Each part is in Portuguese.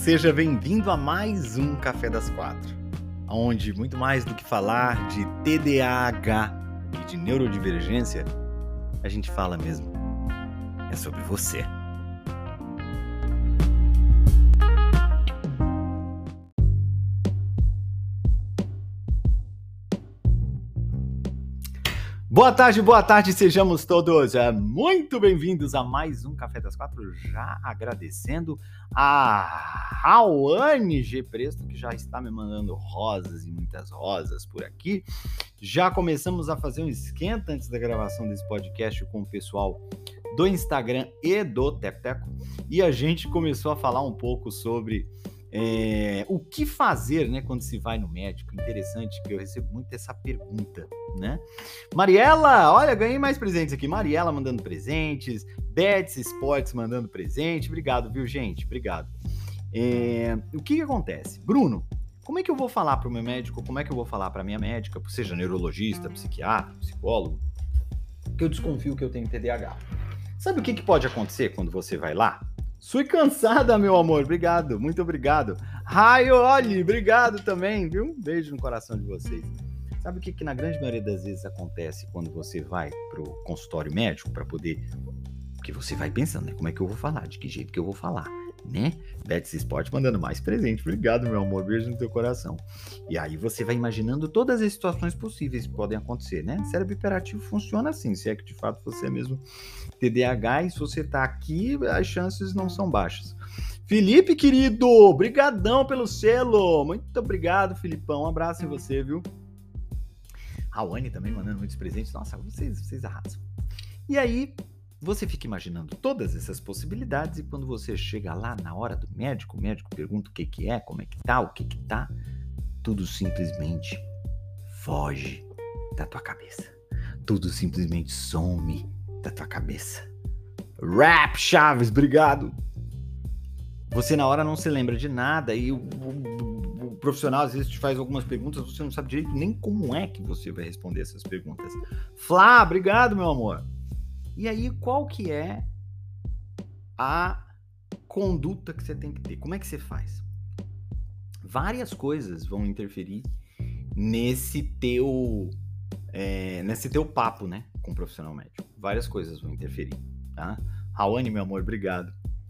Seja bem-vindo a mais um Café das Quatro, onde muito mais do que falar de TDAH e de neurodivergência, a gente fala mesmo, é sobre você. Boa tarde, sejamos todos muito bem-vindos a mais um Café das Quatro, já agradecendo a Rawane G. Presto, que já está me mandando rosas e muitas rosas por aqui. Já começamos a fazer um esquenta antes da gravação desse podcast com o pessoal do Instagram e do Teco, e a gente começou a falar um pouco sobre o que fazer, né, quando se vai no médico. Interessante que eu recebo muito essa pergunta, né? Mariela, olha, ganhei mais presentes aqui. Mariela mandando presentes, Bets Sports mandando presente. Obrigado, viu, gente? Obrigado. O que acontece? Bruno, como é que eu vou falar para o meu médico? Como é que eu vou falar para a minha médica, seja neurologista, psiquiatra, psicólogo, que eu desconfio que eu tenho TDAH? Sabe o que pode acontecer quando você vai lá? Sui cansada, meu amor. Obrigado, muito obrigado. Raioli, obrigado também, viu? Um beijo no coração de vocês. Sabe o que na grande maioria das vezes acontece quando você vai pro consultório médico para poder... Porque você vai pensando, né? Como é que eu vou falar? De que jeito que eu vou falar, né? Bets Sport mandando mais presente. Obrigado, meu amor. Beijo no teu coração. E aí você vai imaginando todas as situações possíveis que podem acontecer, né? Cérebro hiperativo funciona assim. Se é que de fato você é mesmo TDAH, e se você tá aqui, as chances não são baixas. Felipe, querido, brigadão pelo selo. Muito obrigado, Filipão. Um abraço em você, viu? Rawane também mandando muitos presentes. Nossa, vocês arrasam. E aí, você fica imaginando todas essas possibilidades, e quando você chega lá na hora do médico, o médico pergunta o que é, como é que tá, o que tá, tudo simplesmente foge da tua cabeça. Tudo simplesmente some da tua cabeça. Rap Chaves, obrigado! Você na hora não se lembra de nada, e o profissional às vezes te faz algumas perguntas, você não sabe direito nem como é que você vai responder essas perguntas. Flá, obrigado, meu amor! E aí, qual que é a conduta que você tem que ter? Como é que você faz? Várias coisas vão interferir nesse teu papo, né, com o profissional médico. Várias coisas vão interferir, tá? Rawane, meu amor, obrigado.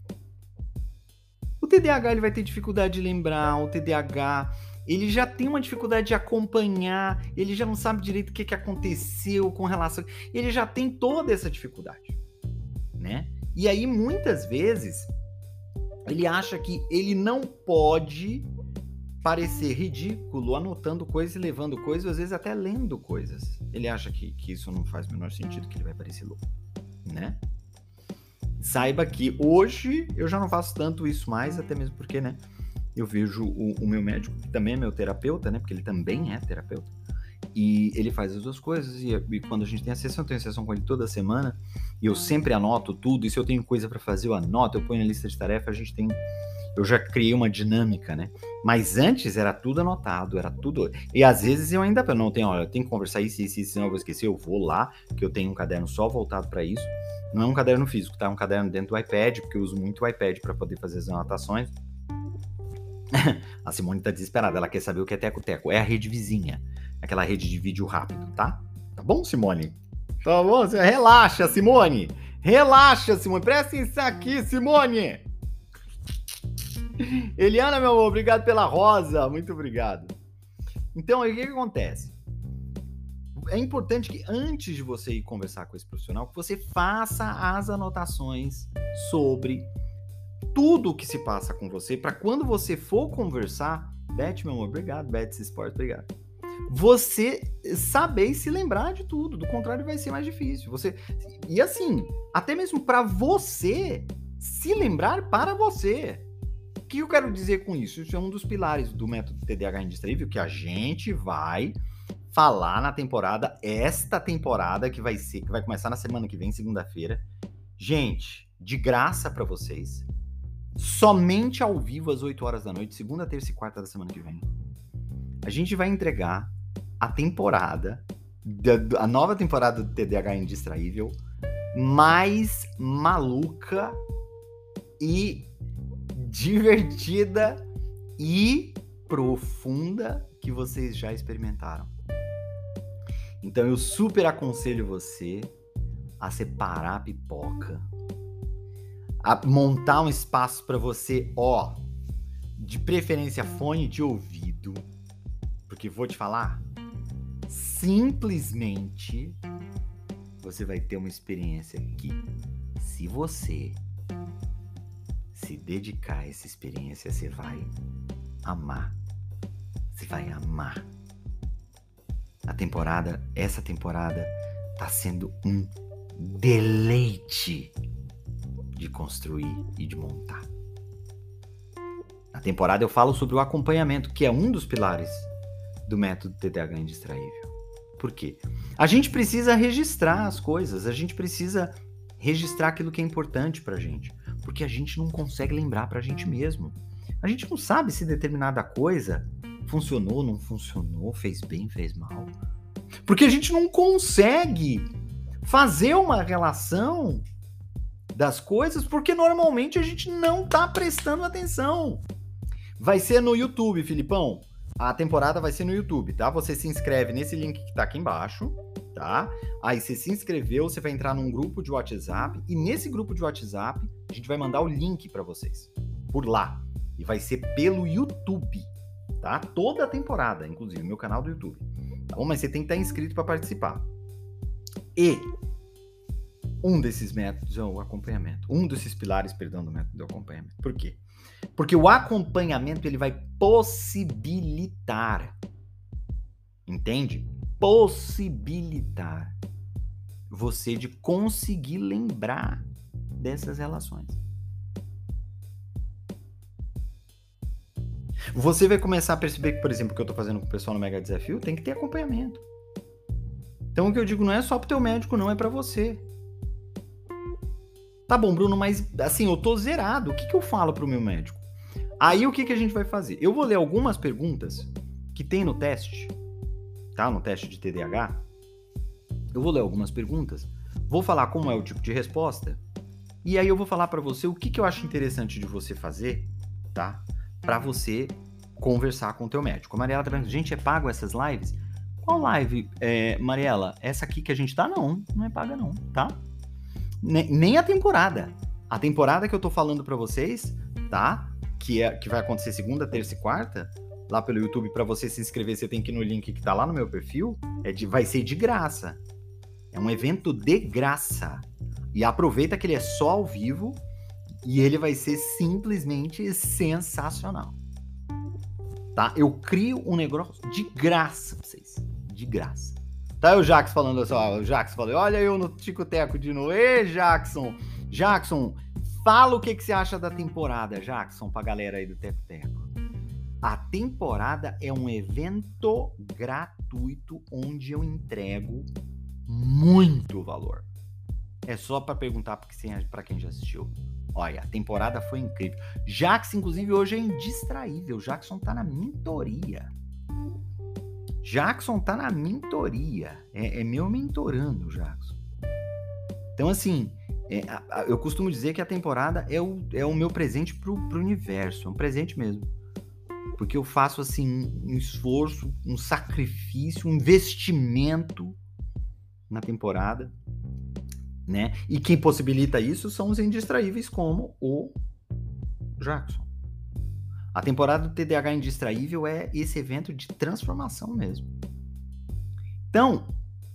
O TDAH, ele vai ter dificuldade de lembrar, o TDAH, ele já tem uma dificuldade de acompanhar, ele já não sabe direito o que aconteceu com relação... Ele já tem toda essa dificuldade, né? E aí, muitas vezes, ele acha que ele não pode parecer ridículo anotando coisas e levando coisas, às vezes até lendo coisas. Ele acha que isso não faz o menor sentido, que ele vai parecer louco, né? Saiba que hoje eu já não faço tanto isso mais, até mesmo porque, né, eu vejo o meu médico, que também é meu terapeuta, né, porque ele também é terapeuta, e ele faz as duas coisas, e quando a gente tem a sessão, eu tenho a sessão com ele toda semana, e eu sempre anoto tudo, e se eu tenho coisa para fazer, eu anoto, eu ponho na lista de tarefas, eu já criei uma dinâmica, né, mas antes era tudo anotado, era tudo, e às vezes eu ainda não tenho, olha, eu tenho que conversar isso, senão eu vou esquecer, eu vou lá, que eu tenho um caderno só voltado para isso. Não é um caderno físico, tá? É um caderno dentro do iPad, porque eu uso muito o iPad para poder fazer as anotações. A Simone tá desesperada, ela quer saber o que é Teco-Teco. É a rede vizinha, aquela rede de vídeo rápido, tá? Tá bom, Simone? Tá bom? Relaxa, Simone! Relaxa, Simone! Presta atenção aqui, Simone! Eliana, meu amor, obrigado pela rosa. Muito obrigado. Então, aí o que acontece? É importante que antes de você ir conversar com esse profissional, que você faça as anotações sobre tudo o que se passa com você, para quando você for conversar, Beth, meu amor, obrigado, Beth Sport, obrigado, você saber e se lembrar de tudo, do contrário vai ser mais difícil. E assim, até mesmo para você se lembrar para você. O que eu quero dizer com isso? Isso é um dos pilares do método TDAH Indistraível, que a gente vai falar na temporada, esta temporada que vai começar na semana que vem, segunda-feira. Gente, de graça para vocês, somente ao vivo às 8 horas da noite, segunda, terça e quarta da semana que vem. A gente vai entregar a temporada, a nova temporada do TDAH Indistraível, mais maluca e divertida e profunda que vocês já experimentaram. Então eu super aconselho você a separar a pipoca, a montar um espaço para você, de preferência fone de ouvido, porque vou te falar, simplesmente você vai ter uma experiência que, se você se dedicar a essa experiência, você vai amar. Você vai amar. Essa temporada tá sendo um deleite de construir e de montar. Na temporada eu falo sobre o acompanhamento, que é um dos pilares do método TDAH Indistraível. Por quê? A gente precisa registrar as coisas, a gente precisa registrar aquilo que é importante pra gente, porque a gente não consegue lembrar pra gente mesmo. A gente não sabe se determinada coisa funcionou, não funcionou, fez bem, fez mal. Porque a gente não consegue fazer uma relação das coisas, porque normalmente a gente não tá prestando atenção. Vai ser no YouTube, Filipão. A temporada vai ser no YouTube, tá? Você se inscreve nesse link que tá aqui embaixo, tá? Aí você se inscreveu, você vai entrar num grupo de WhatsApp, e nesse grupo de WhatsApp a gente vai mandar o link pra vocês, por lá. E vai ser pelo YouTube, tá? Toda a temporada, inclusive, meu canal do YouTube. Tá bom? Mas você tem que estar inscrito para participar. E um desses métodos é o acompanhamento. Um desses pilares, do método do acompanhamento. Por quê? Porque o acompanhamento, ele vai possibilitar, entende? Possibilitar você de conseguir lembrar dessas relações. Você vai começar a perceber que, por exemplo, o que eu tô fazendo com o pessoal no Mega Desafio tem que ter acompanhamento. Então o que eu digo não é só pro teu médico, não, é pra você. Tá bom, Bruno, mas assim, eu tô zerado. O que eu falo pro meu médico? Aí o que a gente vai fazer? Eu vou ler algumas perguntas que tem no teste, tá? No teste de TDAH. Eu vou ler algumas perguntas, vou falar como é o tipo de resposta, e aí eu vou falar pra você o que eu acho interessante de você fazer, tá? Pra você conversar com o teu médico. A Mariela tá perguntando, gente, é pago essas lives? Qual live, Mariela? Essa aqui que a gente tá? Não é paga não, tá? Nem a temporada. A temporada que eu tô falando pra vocês, tá? Que vai acontecer segunda, terça e quarta, lá pelo YouTube, pra você se inscrever, você tem que ir no link que tá lá no meu perfil, vai ser de graça. É um evento de graça. E aproveita que ele é só ao vivo, e ele vai ser simplesmente sensacional. Tá? Eu crio um negócio de graça pra vocês. De graça. Tá aí o Jackson falando assim, ó. O Jackson falou, olha eu no Tico-Teco de novo. Ê, Jackson! Jackson, fala o que você acha da temporada, Jackson, pra galera aí do Teco-Teco. A temporada é um evento gratuito onde eu entrego muito valor. É só pra perguntar pra quem já assistiu. Olha, a temporada foi incrível. Jackson, inclusive, hoje é indistraível. Jackson tá na mentoria. Jackson tá na mentoria. É meu mentorando, Jackson. Então, assim, eu costumo dizer que a temporada é o meu presente pro universo. É um presente mesmo. Porque eu faço, assim, um esforço, um sacrifício, um investimento na temporada, né? E quem possibilita isso são os indistraíveis como o Jackson. A temporada do TDAH Indistraível é esse evento de transformação mesmo. Então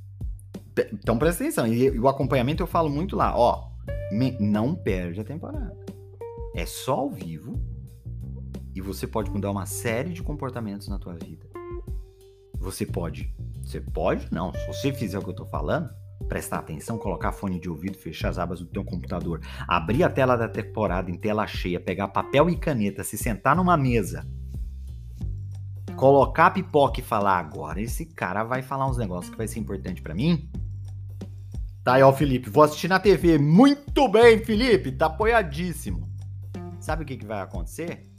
presta atenção. E o acompanhamento eu falo muito lá, ó, não perde a temporada. É só ao vivo e você pode mudar uma série de comportamentos na tua vida. Você pode não, se você fizer o que eu tô falando, prestar atenção, colocar fone de ouvido, fechar as abas do teu computador, abrir a tela da temporada em tela cheia, pegar papel e caneta, se sentar numa mesa, colocar a pipoca e falar, agora esse cara vai falar uns negócios que vai ser importante pra mim. Tá aí, ó, Felipe, vou assistir na TV. Muito bem, Felipe, tá apoiadíssimo. Sabe o que vai acontecer?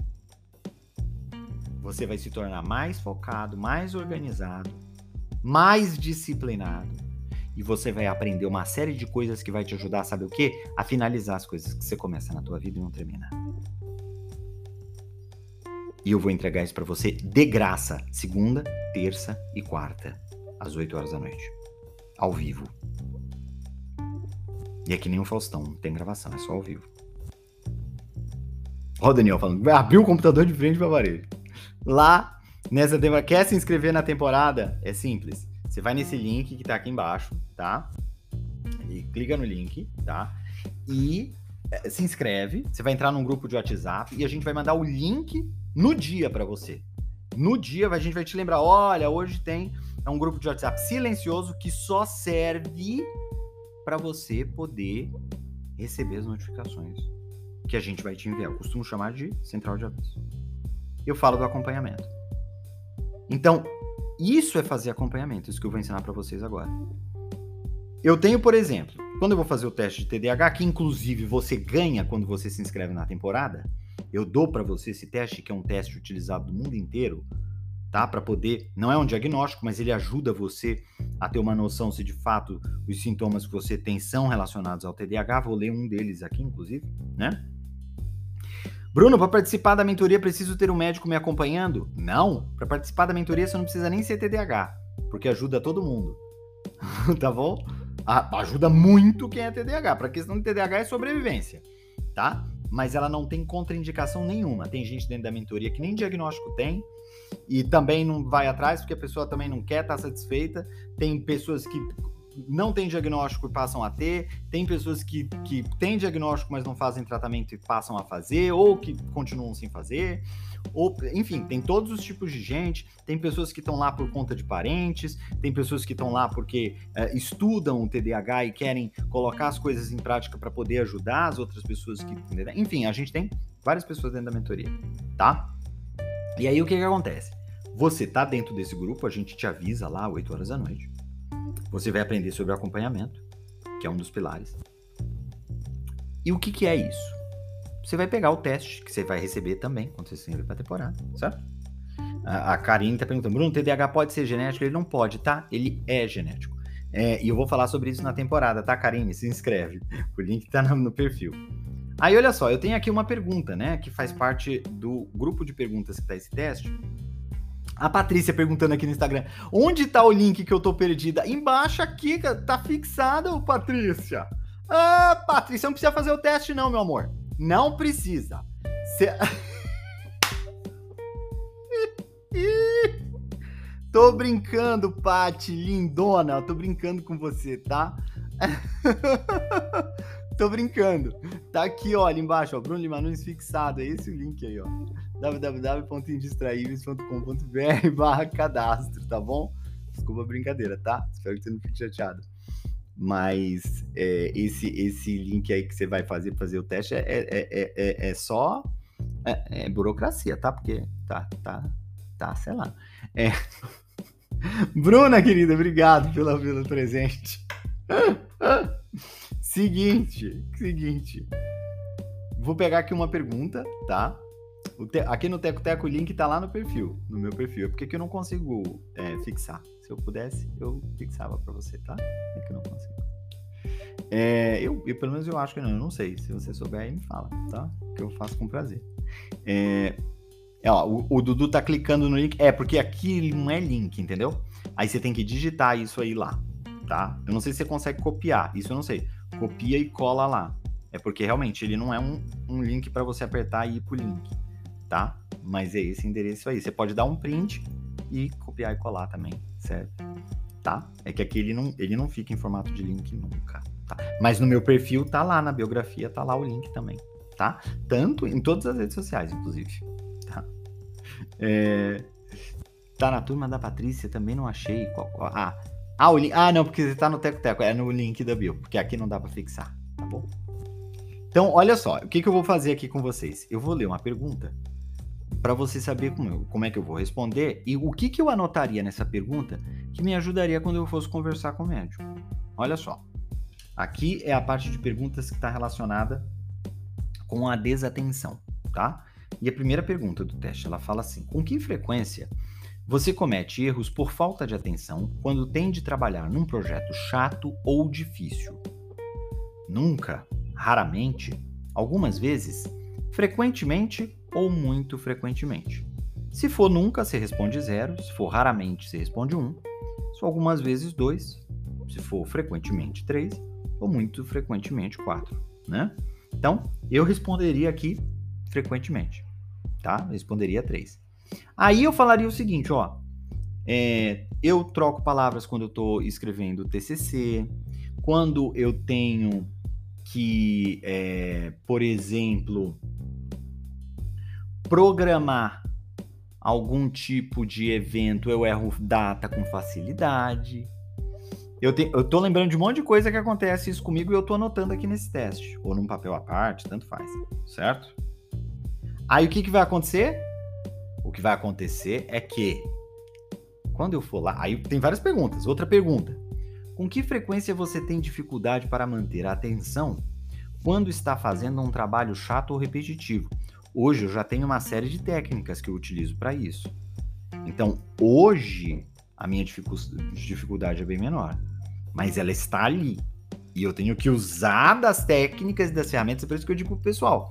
Você vai se tornar mais focado, mais organizado, mais disciplinado. E você vai aprender uma série de coisas que vai te ajudar, sabe o quê? A finalizar as coisas que você começa na tua vida e não terminar. E eu vou entregar isso para você de graça, segunda, terça e quarta, às 8 horas da noite, ao vivo. E é que nem o Faustão, não tem gravação, é só ao vivo. Ó o Daniel falando, vai abrir o computador de frente pra parede. Lá, nessa temporada, quer se inscrever na temporada? É simples. Você vai nesse link que tá aqui embaixo, tá? E clica no link, tá? E se inscreve. Você vai entrar num grupo de WhatsApp e a gente vai mandar o link no dia pra você. No dia a gente vai te lembrar, olha, hoje tem um grupo de WhatsApp silencioso que só serve pra você poder receber as notificações que a gente vai te enviar. Eu costumo chamar de central de aviso. Eu falo do acompanhamento. Então, isso é fazer acompanhamento, isso que eu vou ensinar para vocês agora. Eu tenho, por exemplo, quando eu vou fazer o teste de TDAH, que inclusive você ganha quando você se inscreve na temporada, eu dou para você esse teste, que é um teste utilizado no mundo inteiro, tá? Para poder, não é um diagnóstico, mas ele ajuda você a ter uma noção se de fato os sintomas que você tem são relacionados ao TDAH. Vou ler um deles aqui, inclusive, né? Bruno, para participar da mentoria preciso ter um médico me acompanhando? Não, para participar da mentoria você não precisa nem ser TDAH, porque ajuda todo mundo, tá bom? Ajuda muito quem é TDAH, para a questão de TDAH é sobrevivência, tá? Mas ela não tem contraindicação nenhuma. Tem gente dentro da mentoria que nem diagnóstico tem e também não vai atrás porque a pessoa também não quer estar satisfeita. Tem pessoas que não têm diagnóstico e passam a ter, tem pessoas que têm diagnóstico, mas não fazem tratamento e passam a fazer, ou que continuam sem fazer, ou, enfim, tem todos os tipos de gente. Tem pessoas que estão lá por conta de parentes, tem pessoas que estão lá porque estudam o TDAH e querem colocar as coisas em prática para poder ajudar as outras pessoas que... Enfim, a gente tem várias pessoas dentro da mentoria, tá? E aí o que acontece? Você tá dentro desse grupo, a gente te avisa lá 8 horas da noite. Você vai aprender sobre acompanhamento, que é um dos pilares. E o que é isso? Você vai pegar o teste, que você vai receber também, quando você se inscrever para a temporada, certo? A Karine está perguntando, Bruno, TDAH pode ser genético? Ele não pode, tá? Ele é genético. E eu vou falar sobre isso na temporada, tá, Karine? Se inscreve. O link tá no perfil. Aí, olha só, eu tenho aqui uma pergunta, né? Que faz parte do grupo de perguntas que tá esse teste. A Patrícia perguntando aqui no Instagram, onde tá o link que eu tô perdida? Embaixo aqui, tá fixado, Patrícia. Ah, Patrícia, não precisa fazer o teste não, meu amor. Não precisa. Tô brincando, Pati, lindona. Tô brincando com você, tá? Tô brincando. Tá aqui, ó, ali embaixo, ó, Bruno Lima Nunes fixado. É esse o link aí, ó. www.indistraíveis.com.br/cadastro, tá bom? Desculpa a brincadeira, tá? Espero que você não fique chateado. Mas esse link aí que você vai fazer o teste é só burocracia, tá? Porque tá, sei lá. Bruna, querida, obrigado pelo presente. Seguinte. Vou pegar aqui uma pergunta, tá? Aqui no Teco Teco o link tá lá no meu perfil. É porque que eu não consigo fixar. Se eu pudesse, eu fixava pra você, tá? É que eu não consigo. Eu pelo menos eu acho que não, eu não sei. Se você souber aí, me fala, tá? Que eu faço com prazer. O Dudu tá clicando no link. Porque aqui não é link, entendeu? Aí você tem que digitar isso aí lá, tá? Eu não sei se você consegue copiar, isso eu não sei. Copia e cola lá. É porque realmente ele não é um link para você apertar e ir pro link, tá? Mas é esse endereço aí. Você pode dar um print e copiar e colar também, serve, tá? É que aqui ele não fica em formato de link nunca, tá? Mas no meu perfil tá lá, na biografia tá lá o link também, tá? Tanto em todas as redes sociais, inclusive, tá? Tá na turma da Patrícia, também não achei qual... o link... não, porque você tá no Teco Teco, é no link da bio, porque aqui não dá pra fixar, tá bom? Então, olha só, o que eu vou fazer aqui com vocês? Eu vou ler uma pergunta para você saber como é que eu vou responder e o que eu anotaria nessa pergunta que me ajudaria quando eu fosse conversar com o médico. Olha só, aqui é a parte de perguntas que está relacionada com a desatenção, tá? E a primeira pergunta do teste, ela fala assim, com que frequência você comete erros por falta de atenção quando tem de trabalhar num projeto chato ou difícil? Nunca, raramente, algumas vezes, frequentemente ou muito frequentemente. Se for nunca, você responde 0. Se for raramente, você responde 1. Se for algumas vezes, 2. Se for frequentemente, 3. Ou muito frequentemente, 4. Né? Então, eu responderia aqui frequentemente. Tá? Eu responderia 3. Aí eu falaria o seguinte, ó. Eu troco palavras quando eu estou escrevendo TCC. Quando eu tenho que, por exemplo, programar algum tipo de evento, eu erro data com facilidade. Eu tô lembrando de um monte de coisa que acontece isso comigo e eu tô anotando aqui nesse teste. Ou num papel à parte, tanto faz. Certo? Aí o que vai acontecer? O que vai acontecer é que quando eu for lá... Aí tem várias perguntas. Outra pergunta. Com que frequência você tem dificuldade para manter a atenção quando está fazendo um trabalho chato ou repetitivo? Hoje eu já tenho uma série de técnicas que eu utilizo para isso. Então, hoje, a minha dificuldade é bem menor. Mas ela está ali. E eu tenho que usar das técnicas e das ferramentas. É por isso que eu digo pro pessoal.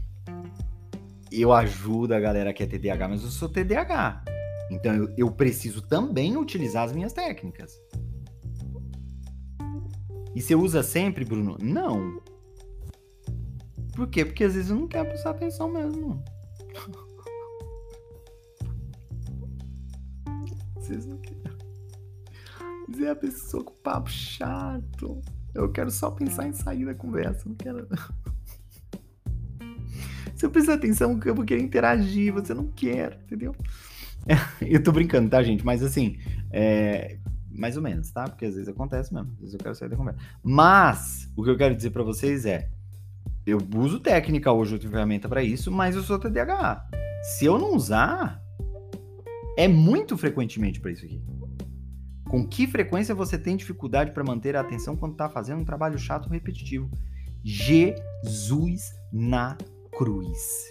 Eu ajudo a galera que é TDAH, mas eu sou TDAH. Então, eu preciso também utilizar as minhas técnicas. E você usa sempre, Bruno? Não. Por quê? Porque às vezes eu não quero prestar atenção mesmo. Vocês não querem. Dizer a pessoa com papo chato. Eu quero só pensar em sair da conversa. Não quero. Se eu prestar atenção, eu vou querer interagir. Você não quer, entendeu? Eu tô brincando, tá, gente? Mas assim, mais ou menos, tá? Porque às vezes acontece mesmo. Às vezes eu quero sair da conversa. Mas, o que eu quero dizer pra vocês é, eu uso técnica hoje, outra ferramenta pra isso, mas eu sou TDAH. Se eu não usar, é muito frequentemente pra isso aqui. Com que frequência você tem dificuldade para manter a atenção quando tá fazendo um trabalho chato ou repetitivo? Jesus na cruz.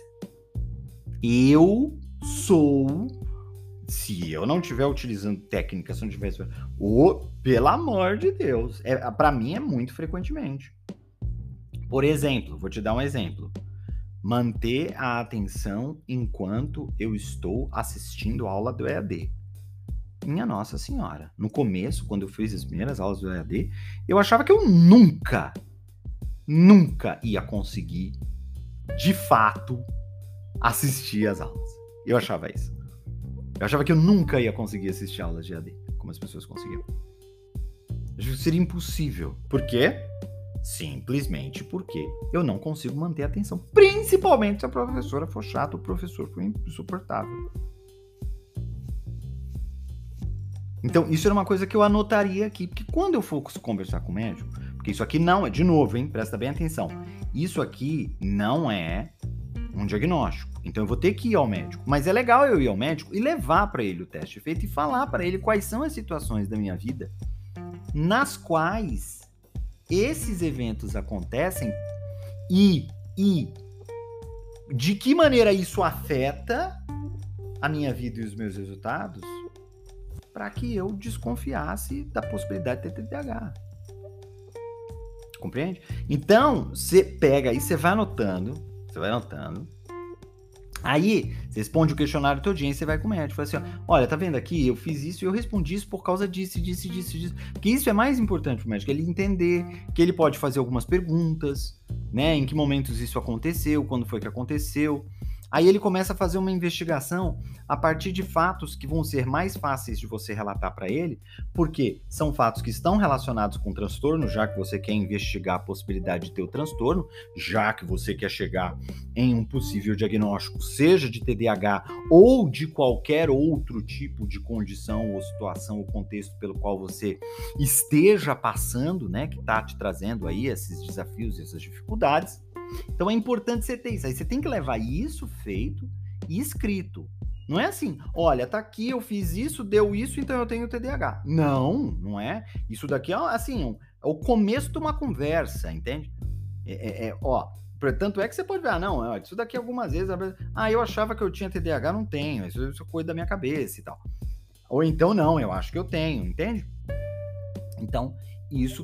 Eu sou... Se eu não estiver utilizando técnica, se eu não tivesse... pelo amor de Deus. Para mim é muito frequentemente. Por exemplo, vou te dar um exemplo. Manter a atenção enquanto eu estou assistindo a aula do EAD. Minha Nossa Senhora. No começo, quando eu fiz as primeiras aulas do EAD, eu achava que eu nunca ia conseguir, de fato, assistir às aulas. Eu achava isso. Eu achava que eu nunca ia conseguir assistir aulas de EAD, como as pessoas conseguiam. Eu achava que seria impossível. Por quê? Simplesmente porque eu não consigo manter a atenção. Principalmente se a professora for chata, o professor for insuportável. Então, isso era uma coisa que eu anotaria aqui, porque quando eu for conversar com o médico, porque isso aqui não é, de novo, hein, presta bem atenção, isso aqui não é um diagnóstico, então eu vou ter que ir ao médico, mas é legal eu ir ao médico e levar para ele o teste feito e falar para ele quais são as situações da minha vida nas quais esses eventos acontecem e de que maneira isso afeta a minha vida e os meus resultados, para que eu desconfiasse da possibilidade de ter TDAH. Compreende? Então, você pega aí, você vai anotando. Aí, você responde o questionário todinho e você vai com o médico. Fala assim, ó, olha, tá vendo aqui? Eu fiz isso e eu respondi isso por causa disso. Porque isso é mais importante pro médico, ele entender que ele pode fazer algumas perguntas, né? Em que momentos isso aconteceu, quando foi que aconteceu. Aí ele começa a fazer uma investigação a partir de fatos que vão ser mais fáceis de você relatar para ele, porque são fatos que estão relacionados com o transtorno, já que você quer investigar a possibilidade de ter o transtorno, já que você quer chegar em um possível diagnóstico, seja de TDAH ou de qualquer outro tipo de condição ou situação ou contexto pelo qual você esteja passando, né, que está te trazendo aí esses desafios, essas dificuldades. Então é importante você ter isso. Aí você tem que levar isso feito e escrito. Não é assim, olha, tá aqui, eu fiz isso, deu isso, então eu tenho TDAH. Não, não é. Isso daqui é assim, é o começo de uma conversa, entende? Tanto é que você pode ver, não, isso daqui algumas vezes, eu achava que eu tinha TDAH, não tenho, isso é coisa da minha cabeça e tal. Ou então não, eu acho que eu tenho, entende? Então, isso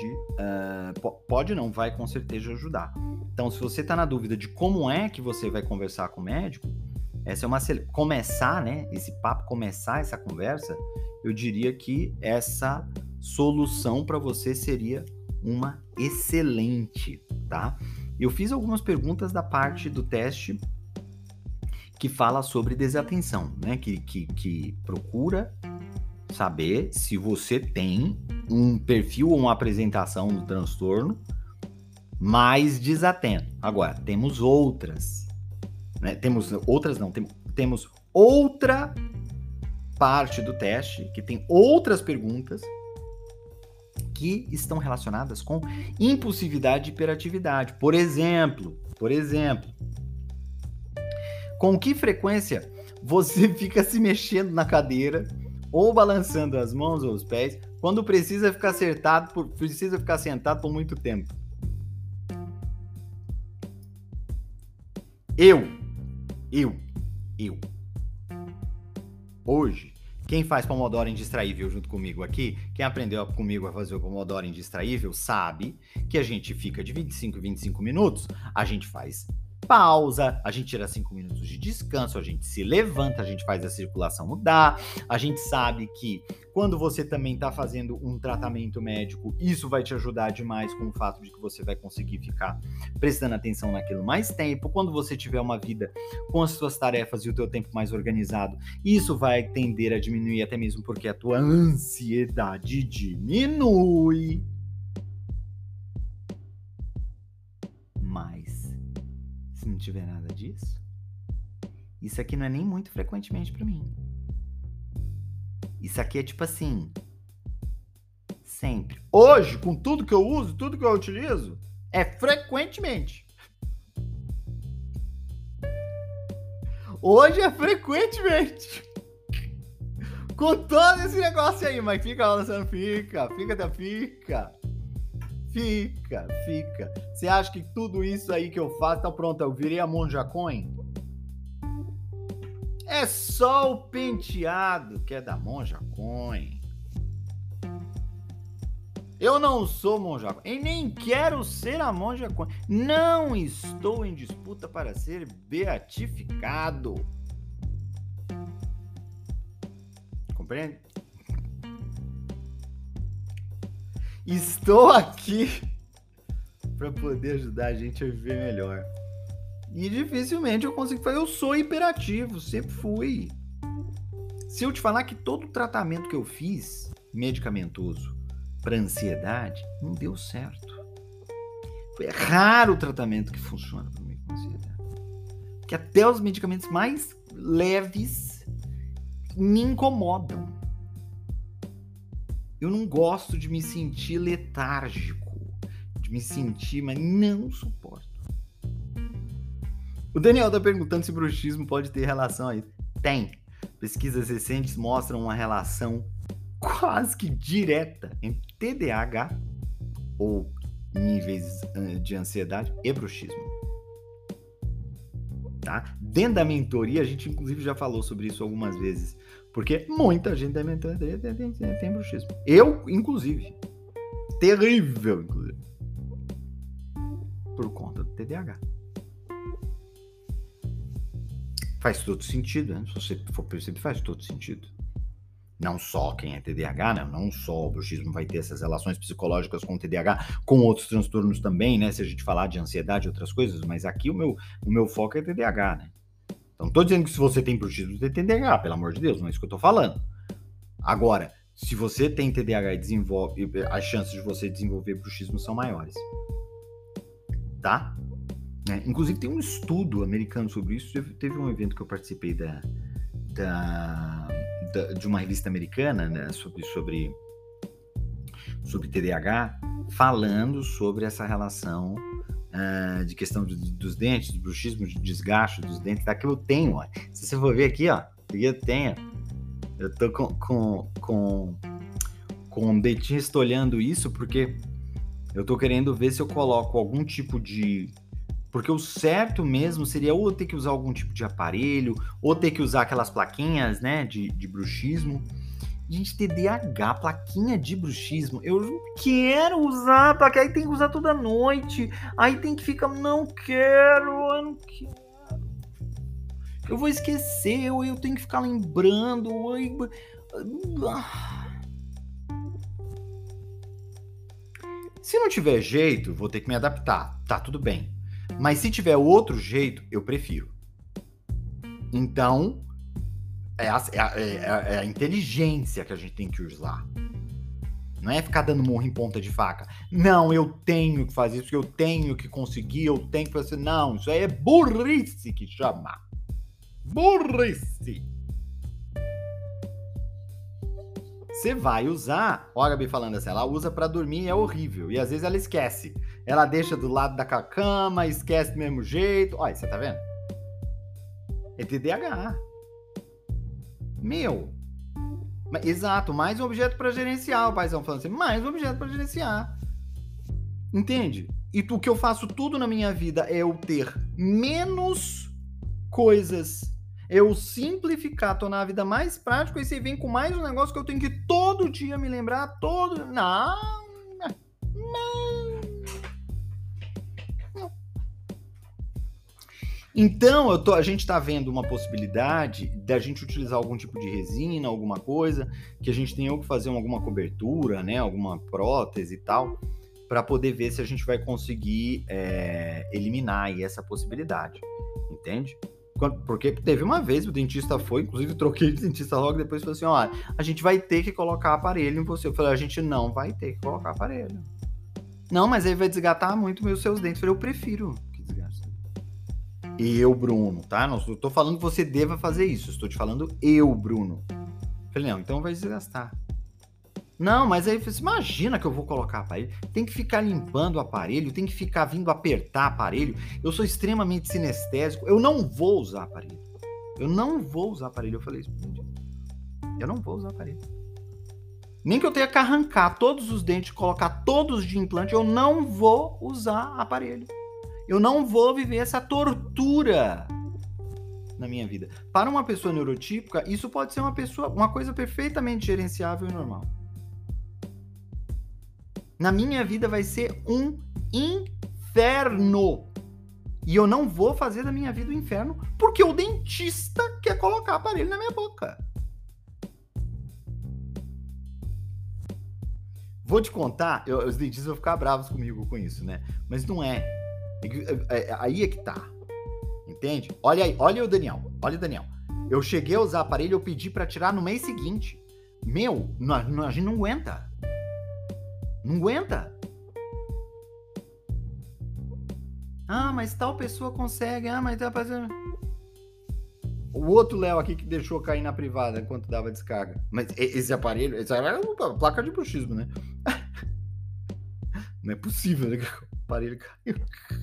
vai com certeza ajudar. Então, se você está na dúvida de como é que você vai conversar com o médico, essa é uma começar, né? Esse papo, começar essa conversa, eu diria que essa solução para você seria uma excelente, tá? Eu fiz algumas perguntas da parte do teste que fala sobre desatenção, né? Que procura saber se você tem um perfil ou uma apresentação do transtorno mais desatento. Agora, temos outras, né? Temos outra parte do teste que tem outras perguntas que estão relacionadas com impulsividade e hiperatividade. Por exemplo, com que frequência você fica se mexendo na cadeira ou balançando as mãos ou os pés quando precisa ficar sentado por muito tempo? Eu. Hoje, quem faz Pomodoro Indistraível junto comigo aqui, quem aprendeu comigo a fazer o Pomodoro Indistraível, sabe que a gente fica de 25 em 25 minutos, a gente faz pausa, a gente tira 5 minutos de descanso, a gente se levanta, a gente faz a circulação mudar, a gente sabe que quando você também está fazendo um tratamento médico, isso vai te ajudar demais com o fato de que você vai conseguir ficar prestando atenção naquilo mais tempo. Quando você tiver uma vida com as suas tarefas e o teu tempo mais organizado, isso vai tender a diminuir, até mesmo porque a tua ansiedade diminui. Mas se não tiver nada disso, isso aqui não é nem muito frequentemente pra mim. Isso aqui é tipo assim, sempre. Hoje, com tudo que eu uso, tudo que eu utilizo, é frequentemente. Hoje é frequentemente. Com todo esse negócio aí, mas fica balançando, fica. Você acha que tudo isso aí que eu faço, tá pronto, eu virei a Monja Coin? É só o penteado que é da Monja Coin. Eu não sou Monja Coin e nem quero ser a Monja Coin. Não estou em disputa para ser beatificado. Compreende? Estou aqui para poder ajudar a gente a viver melhor. E dificilmente eu consigo fazer. Eu sou hiperativo, sempre fui. Se eu te falar que todo o tratamento que eu fiz, medicamentoso, para ansiedade, não deu certo. Foi raro o tratamento que funciona para mim com ansiedade. Porque até os medicamentos mais leves me incomodam. Eu não gosto de me sentir letárgico, de me sentir, mas não suporto. O Daniel tá perguntando se bruxismo pode ter relação a isso. Tem. Pesquisas recentes mostram uma relação quase que direta entre TDAH, ou níveis de ansiedade, e bruxismo. Tá? Dentro da mentoria, a gente inclusive já falou sobre isso algumas vezes, porque muita gente da mentoria tem bruxismo. Eu, inclusive. Terrível, inclusive. Por conta do TDAH. Faz todo sentido, né? Se você for perceber, faz todo sentido. Não só quem é TDAH, né? Não só o bruxismo vai ter essas relações psicológicas com o TDAH, com outros transtornos também, né? Se a gente falar de ansiedade e outras coisas, mas aqui o meu foco é TDAH, né? Então, não tô dizendo que se você tem bruxismo, você tem TDAH, pelo amor de Deus, não é isso que eu tô falando. Agora, se você tem TDAH e desenvolve, as chances de você desenvolver bruxismo são maiores. Tá? Inclusive, tem um estudo americano sobre isso. Teve um evento que eu participei de uma revista americana, né, sobre TDAH, falando sobre essa relação de questão dos dentes, do bruxismo, de desgaste dos dentes. Daqui eu tenho, ó. Se você for ver aqui, ó, eu tô com um dentinho olhando isso porque eu tô querendo ver se eu coloco algum tipo de... Porque o certo mesmo seria ou ter que usar algum tipo de aparelho, ou ter que usar aquelas plaquinhas, né, de bruxismo. Gente, TDAH, plaquinha de bruxismo, eu não quero usar, porque aí tem que usar toda noite, aí tem que ficar, eu não quero. Eu vou esquecer, ou eu tenho que ficar lembrando. Se não tiver jeito, vou ter que me adaptar. Tá, tudo bem. Mas se tiver outro jeito, eu prefiro. Então, é a inteligência que a gente tem que usar. Não é ficar dando murro em ponta de faca. Não, eu tenho que fazer isso, eu tenho que conseguir, eu tenho que fazer... Não, isso aí é burrice que chama. Burrice. Você vai usar... Olha a Gabi falando assim, ela usa pra dormir e é horrível. E às vezes ela esquece. Ela deixa do lado da cama, esquece do mesmo jeito. Olha, você tá vendo? É TDAH. Meu... Exato, mais um objeto para gerenciar, o paizão falando assim, mais um objeto para gerenciar. Entende? E o que eu faço tudo na minha vida é eu ter menos coisas, eu simplificar, tornar a vida mais prática, e você vem com mais um negócio que eu tenho que todo dia me lembrar, Não. Então, a gente está vendo uma possibilidade da gente utilizar algum tipo de resina, alguma coisa, que a gente tenha que fazer alguma cobertura, né, alguma prótese e tal, para poder ver se a gente vai conseguir eliminar aí essa possibilidade, entende? Porque teve uma vez, o dentista foi, inclusive troquei de dentista logo depois, falou assim, ó, a gente vai ter que colocar aparelho em você. Eu falei, a gente não vai ter que colocar aparelho. Não, mas aí vai desgastar muito os seus dentes. Eu falei, eu prefiro que desgaste. Eu, Bruno, tá? Não estou falando que você deva fazer isso. Estou te falando eu, Bruno. Falei, não, então vai desgastar. Não, mas aí você imagina que eu vou colocar aparelho. Tem que ficar limpando o aparelho, tem que ficar vindo apertar aparelho. Eu sou extremamente sinestésico. Eu não vou usar aparelho. Eu não vou usar aparelho. Eu falei isso. Eu não vou usar aparelho. Nem que eu tenha que arrancar todos os dentes, colocar todos de implante, eu não vou usar aparelho. Eu não vou viver essa tortura na minha vida. Para uma pessoa neurotípica, isso pode ser uma coisa perfeitamente gerenciável e normal. Na minha vida vai ser um inferno. E eu não vou fazer da minha vida um inferno porque o dentista quer colocar aparelho na minha boca. Vou te contar, os dentistas vão ficar bravos comigo com isso, né? Mas não é. Aí é que tá. Entende? Olha aí, olha o Daniel. Eu cheguei a usar aparelho, eu pedi pra tirar no mês seguinte. Meu, a gente não aguenta. Não aguenta. Ah, mas tal pessoa consegue. Ah, mas tá fazendo... O outro Léo aqui que deixou cair na privada enquanto dava descarga. Mas esse aparelho é uma placa de bruxismo, né? Não é possível, né? Que o aparelho caiu.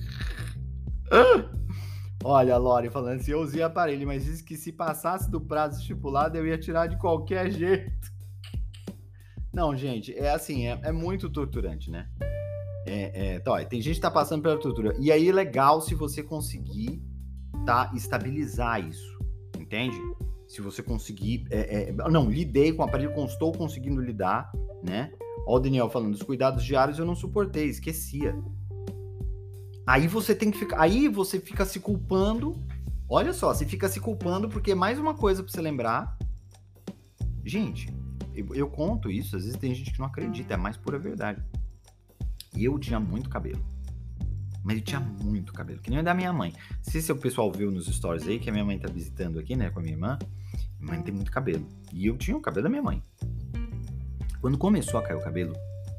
Olha a Lori falando assim, eu usei aparelho, mas disse que se passasse do prazo estipulado, eu ia tirar de qualquer jeito. Não, gente, é assim, é muito torturante, né? Tem gente que tá passando pela tortura. E aí é legal se você conseguir estabilizar isso. Entende? Se você conseguir... lidei com o aparelho, estou conseguindo lidar, né? Ó o Daniel falando, os cuidados diários eu não suportei, esquecia. Aí você tem que ficar... Aí você fica se culpando. Olha só, você fica se culpando porque mais uma coisa pra você lembrar. Gente, eu conto isso, às vezes tem gente que não acredita, é a mais pura verdade. E eu tinha muito cabelo. Mas eu tinha muito cabelo, que nem o da minha mãe. Se o pessoal viu nos stories aí, que a minha mãe tá visitando aqui, né, com a minha irmã, minha mãe tem muito cabelo. E eu tinha o cabelo da minha mãe. Quando começou a cair o cabelo,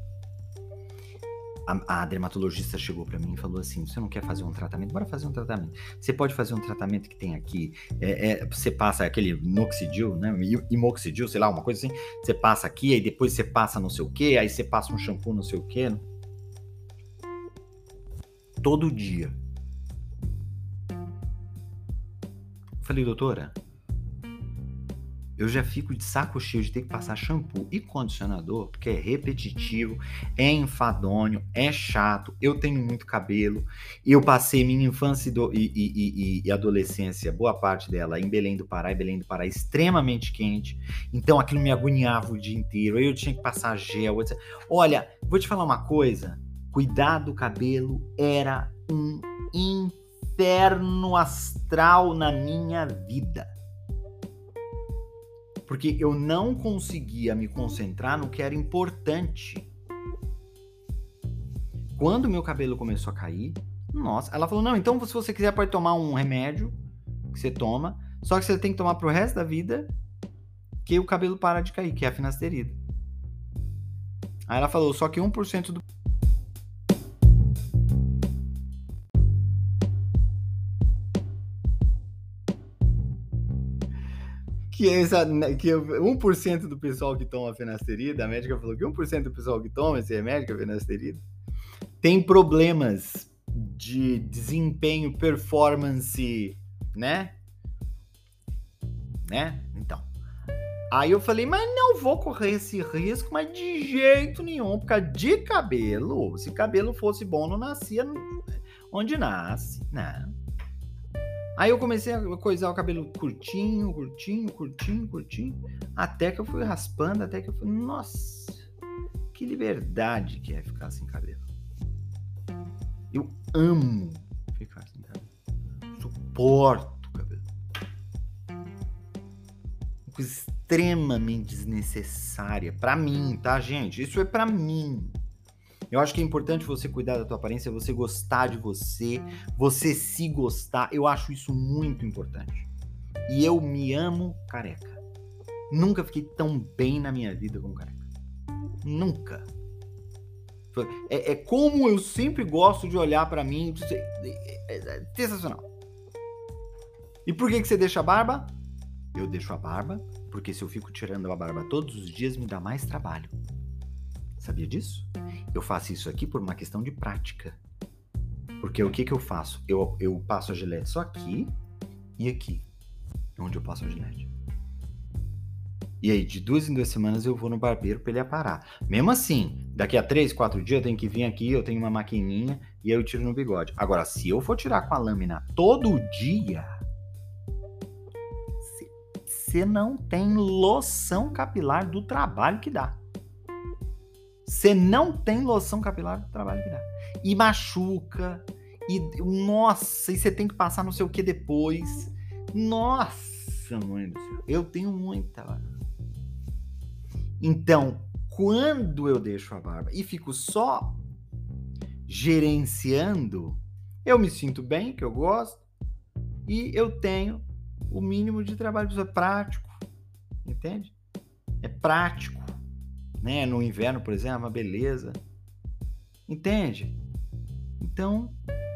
a dermatologista chegou pra mim e falou assim, você não quer fazer um tratamento? Bora fazer um tratamento. Você pode fazer um tratamento que tem aqui, você passa aquele minoxidil, né, imoxidil, sei lá, uma coisa assim, você passa aqui, aí depois você passa não sei o que, aí você passa um shampoo não sei o que, todo dia. Falei, doutora, eu já fico de saco cheio de ter que passar shampoo e condicionador, porque é repetitivo, é enfadonho, é chato, eu tenho muito cabelo, eu passei minha infância e adolescência, boa parte dela, em Belém do Pará, extremamente quente, então aquilo me agoniava o dia inteiro, aí eu tinha que passar gel, etc. Olha, vou te falar uma coisa, cuidar do cabelo era um inferno. inferno astral na minha vida. Porque eu não conseguia me concentrar no que era importante. Quando meu cabelo começou a cair, nossa, ela falou, não, então se você quiser pode tomar um remédio que você toma, só que você tem que tomar pro resto da vida que o cabelo para de cair, que é a finasterida. Aí ela falou, só que 1% do... Que 1% do pessoal que toma finasterida, a médica falou que 1% do pessoal que toma esse remédio, a finasterida, tem problemas de desempenho, performance, né? Então. Aí eu falei, mas não vou correr esse risco, mas de jeito nenhum, por causa de cabelo. Se cabelo fosse bom, não nascia onde nasce, né? Aí eu comecei a coisar o cabelo curtinho, até que eu fui raspando, até que eu falei, nossa, que liberdade que é ficar sem cabelo. Eu amo ficar sem cabelo. Suporto o cabelo. Uma coisa extremamente desnecessária. Pra mim, tá, gente? Isso é pra mim. Eu acho que é importante você cuidar da tua aparência, você gostar de você, você se gostar. Eu acho isso muito importante. E eu me amo careca. Nunca fiquei tão bem na minha vida como careca. Nunca. É como eu sempre gosto de olhar pra mim. É sensacional. E por que você deixa a barba? Eu deixo a barba porque se eu fico tirando a barba todos os dias me dá mais trabalho. Sabia disso? Eu faço isso aqui por uma questão de prática. Porque o que eu faço? Eu passo a gilete só aqui e aqui. Onde eu passo a gilete. E aí, de 2 em 2 semanas eu vou no barbeiro pra ele aparar. Mesmo assim, daqui a 3, 4 dias eu tenho que vir aqui, eu tenho uma maquininha e aí eu tiro no bigode. Agora, se eu for tirar com a lâmina todo dia, você não tem loção capilar do trabalho que dá. Você não tem loção capilar do trabalho que dá. E machuca. E, nossa, e você tem que passar não sei o que depois. Nossa, mãe do céu. Eu tenho muita barba. Então, quando eu deixo a barba e fico só gerenciando, eu me sinto bem, que eu gosto. E eu tenho o mínimo de trabalho. É prático. Entende? É prático. Né? No inverno, por exemplo, uma beleza. Entende? Então,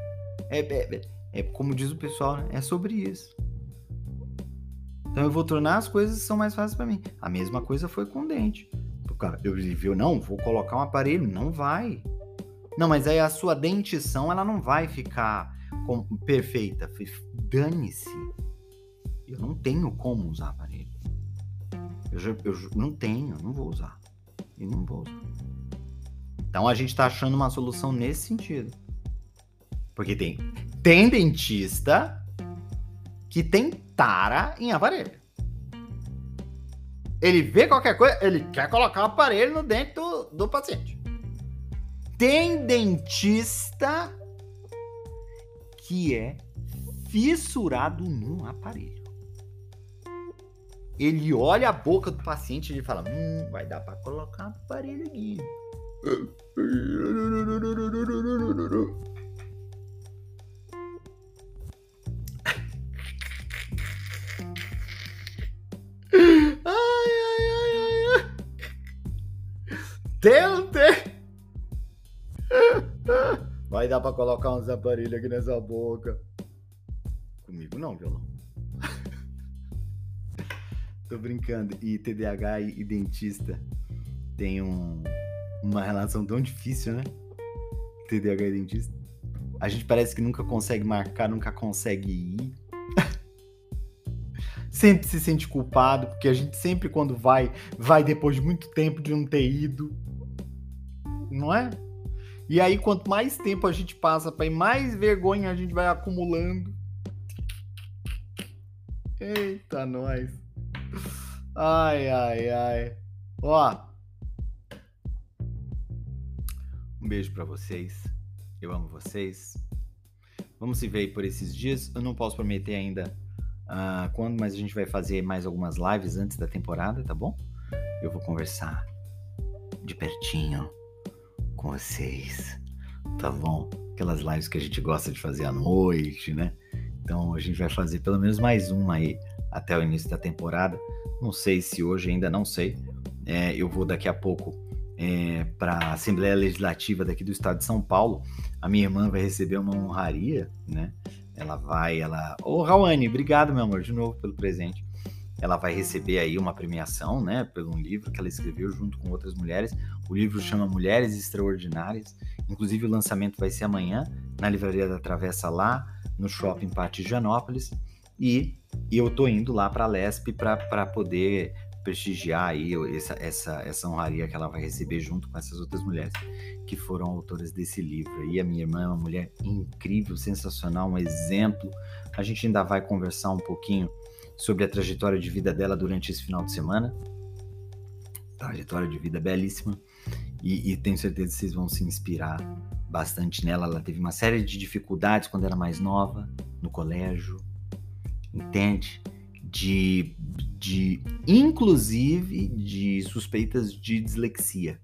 como diz o pessoal, né? É sobre isso. Então eu vou tornar as coisas que são mais fáceis para mim. A mesma coisa foi com o dente. Eu não, vou colocar um aparelho. Não vai. Não, mas aí a sua dentição, ela não vai ficar perfeita. Dane-se. Eu não tenho como usar aparelho. Eu não tenho, não vou usar. E não vou usar. Então a gente tá achando uma solução nesse sentido. Porque tem dentista que tem tara em aparelho. Ele vê qualquer coisa, ele quer colocar o aparelho no dente do paciente. Tem dentista que é fissurado num aparelho. Ele olha a boca do paciente e ele fala, vai dar pra colocar um aparelho aqui. Ai. Tem. Vai dar pra colocar uns aparelhos aqui nessa boca. Comigo não, violão. Tô brincando. E TDAH e dentista tem uma relação tão difícil, né? TDAH e dentista. A gente parece que nunca consegue marcar, nunca consegue ir. Sempre se sente culpado, porque a gente sempre quando vai depois de muito tempo de não ter ido. Não é? E aí, quanto mais tempo a gente passa para ir, mais vergonha a gente vai acumulando. Eita, nós. Ai. Ó. Um beijo pra vocês. Eu amo vocês. Vamos se ver aí por esses dias. Eu não posso prometer ainda quando, mas a gente vai fazer mais algumas lives antes da temporada, tá bom? Eu vou conversar de pertinho com vocês, tá bom? Aquelas lives que a gente gosta de fazer à noite, né? Então a gente vai fazer pelo menos mais uma aí até o início da temporada. Não sei se hoje, ainda não sei. Eu vou daqui a pouco para a Assembleia Legislativa daqui do estado de São Paulo. A minha irmã vai receber uma honraria, né? Ô, Rawane, obrigado, meu amor, de novo pelo presente. Ela vai receber aí uma premiação, né, por um livro que ela escreveu junto com outras mulheres. O livro chama Mulheres Extraordinárias. Inclusive o lançamento vai ser amanhã na Livraria da Travessa, lá no Shopping Pátio Higienópolis. E eu tô indo lá para a Lesp para poder prestigiar aí essa honraria que ela vai receber junto com essas outras mulheres que foram autoras desse livro. E a minha irmã é uma mulher incrível, sensacional, um exemplo. A gente ainda vai conversar um pouquinho sobre a trajetória de vida dela durante esse final de semana. Trajetória de vida belíssima. E tenho certeza que vocês vão se inspirar bastante nela. Ela teve uma série de dificuldades quando era mais nova, no colégio, entende? Inclusive de suspeitas de dislexia.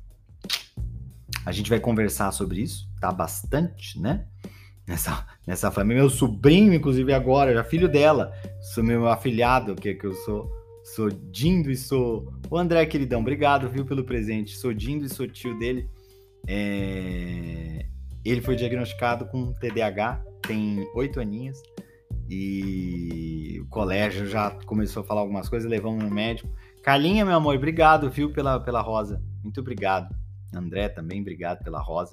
A gente vai conversar sobre isso, tá? Bastante, né? Nessa família. Meu sobrinho, inclusive, agora, já filho dela, sou meu afilhado, que eu sou Dindo e sou... Ô, André, queridão, obrigado, viu, pelo presente. Sou Dindo e sou tio dele. Ele foi diagnosticado com TDAH, tem 8 aninhos, e o colégio já começou a falar algumas coisas, levamos no médico. Carlinha, meu amor, obrigado, viu, pela rosa. Muito obrigado. André também, obrigado pela rosa.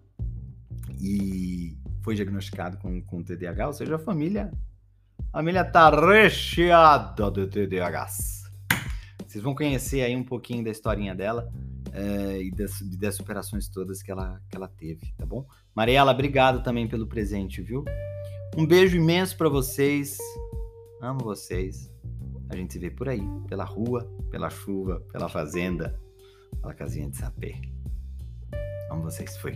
E foi diagnosticado com TDAH, ou seja, a família tá recheada de TDAHs. Vocês vão conhecer aí um pouquinho da historinha dela e das superações todas que ela teve, tá bom? Mariela, obrigado também pelo presente, viu? Um beijo imenso pra vocês. Amo vocês. A gente se vê por aí, pela rua, pela chuva, pela fazenda, pela casinha de sapê. Amo vocês. Fui.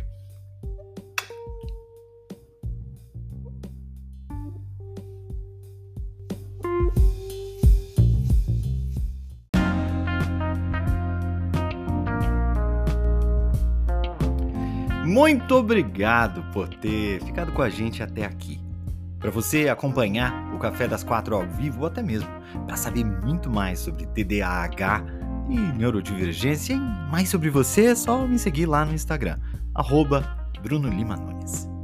Muito obrigado por ter ficado com a gente até aqui. Para você acompanhar o Café das 4 ao vivo, ou até mesmo para saber muito mais sobre TDAH e neurodivergência e mais sobre você, é só me seguir lá no Instagram, @Bruno Lima Nunes.